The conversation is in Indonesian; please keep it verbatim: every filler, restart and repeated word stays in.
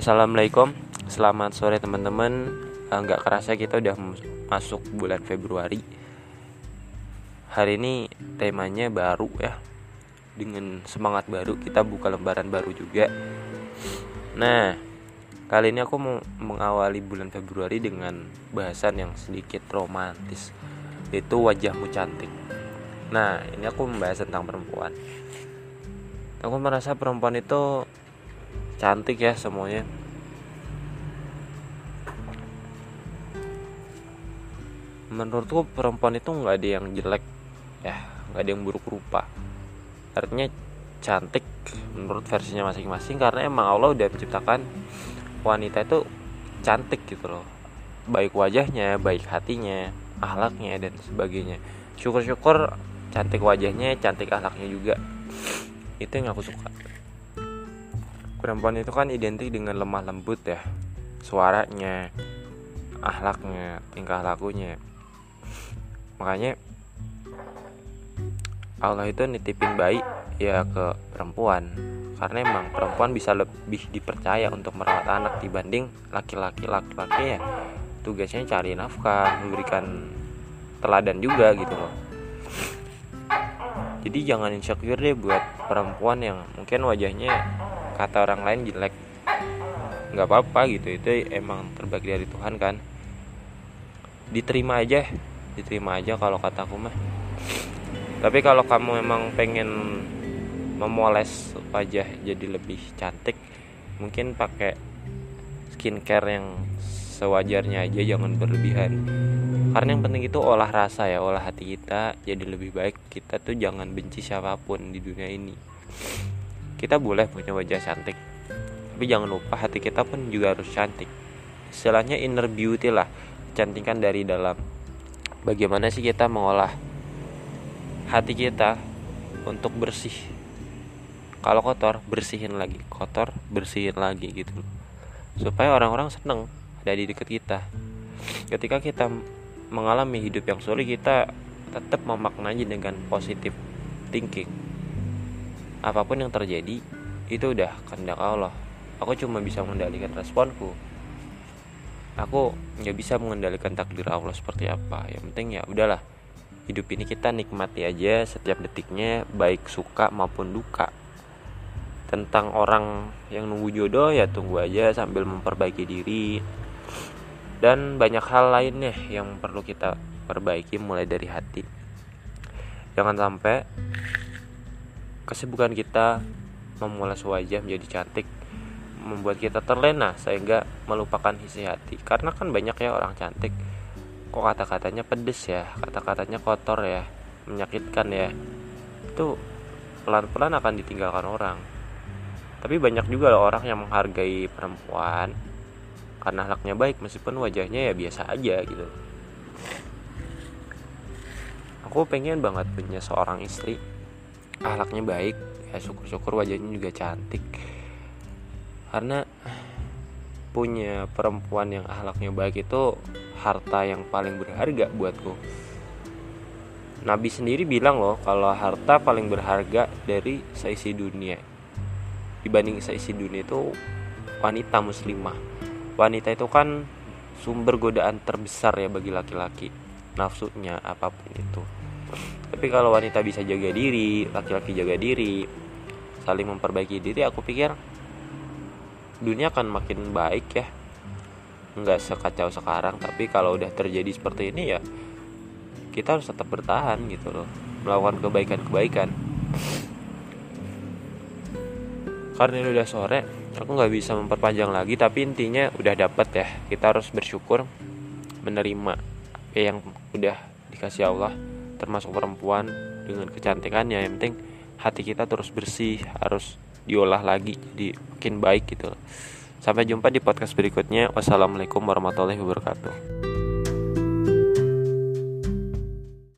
Assalamualaikum, selamat sore teman-teman. Eh, Nggak kerasa kita udah masuk bulan Februari. Hari ini temanya baru ya, dengan semangat baru kita buka lembaran baru juga. Nah, kali ini aku mau mengawali bulan Februari dengan bahasan yang sedikit romantis, yaitu wajahmu cantik. Nah, ini aku membahas tentang perempuan. Aku merasa perempuan itu cantik ya semuanya. Menurutku perempuan itu nggak ada yang jelek ya, nggak ada yang buruk rupa. Artinya cantik menurut versinya masing-masing, karena emang Allah udah menciptakan wanita itu cantik gitu loh, baik wajahnya, baik hatinya, akhlaknya dan sebagainya. Syukur-syukur cantik wajahnya, cantik akhlaknya juga. Itu yang aku suka. Perempuan itu kan identik dengan lemah lembut ya, suaranya, akhlaknya, tingkah lakunya. Makanya Allah itu nitipin bayi ya ke perempuan, karena emang perempuan bisa lebih dipercaya untuk merawat anak dibanding laki-laki. Laki-laki ya tugasnya cari nafkah, memberikan teladan juga gitu loh. Jadi jangan insecure deh buat perempuan yang mungkin wajahnya kata orang lain jelek. Gak apa-apa gitu, itu emang terbagi dari Tuhan kan. Diterima aja, diterima aja kalau kataku mah. Tapi kalau kamu memang pengen memoles wajah jadi lebih cantik, mungkin pakai skincare yang sewajarnya aja, jangan berlebihan. Karena yang penting itu olah rasa ya, olah hati kita jadi lebih baik. Kita tuh jangan benci siapapun di dunia ini. Kita boleh punya wajah cantik, tapi jangan lupa hati kita pun juga harus cantik. Istilahnya inner beauty lah, kecantikan dari dalam. Bagaimana sih kita mengolah hati kita untuk bersih? Kalau kotor, bersihin lagi, kotor, bersihin lagi gitu, supaya orang-orang seneng ada di dekat kita. Ketika kita mengalami hidup yang sulit, kita tetap memaknainya dengan positive thinking. Apapun yang terjadi itu udah kehendak Allah. Aku cuma bisa mengendalikan responku. Aku nggak bisa mengendalikan takdir Allah seperti apa. Yang penting ya udahlah, hidup ini kita nikmati aja setiap detiknya, baik suka maupun duka. Tentang orang yang nunggu jodoh ya tunggu aja sambil memperbaiki diri. Dan banyak hal lainnya yang perlu kita perbaiki mulai dari hati. Jangan sampai kesibukan kita memoles wajah menjadi cantik membuat kita terlena sehingga melupakan isi hati. Karena kan banyak ya orang cantik kok kata-katanya pedes ya, kata-katanya kotor ya, menyakitkan ya. Itu pelan-pelan akan ditinggalkan orang. Tapi banyak juga loh orang yang menghargai perempuan karena akhlaknya baik meskipun wajahnya ya biasa aja gitu. Aku pengen banget punya seorang istri akhlaknya baik ya, syukur-syukur wajahnya juga cantik. Karena punya perempuan yang akhlaknya baik itu harta yang paling berharga buatku. Nabi sendiri bilang loh kalau harta paling berharga dari seisi dunia. Dibanding seisi dunia itu wanita muslimah. Wanita itu kan sumber godaan terbesar ya bagi laki-laki, nafsunya apapun itu. Tapi kalau wanita bisa jaga diri, laki-laki jaga diri, saling memperbaiki diri, aku pikir dunia akan makin baik ya. Nggak sekacau sekarang, tapi kalau udah terjadi seperti ini ya kita harus tetap bertahan gitu loh, melakukan kebaikan-kebaikan. Karena ini udah sore, aku nggak bisa memperpanjang lagi, tapi intinya udah dapet ya. Kita harus bersyukur, menerima apa yang udah dikasih Allah, termasuk perempuan dengan kecantikannya. Yang penting hati kita terus bersih, harus diolah lagi jadi makin baik gitu. Sampai jumpa di podcast berikutnya. Wassalamualaikum warahmatullahi wabarakatuh.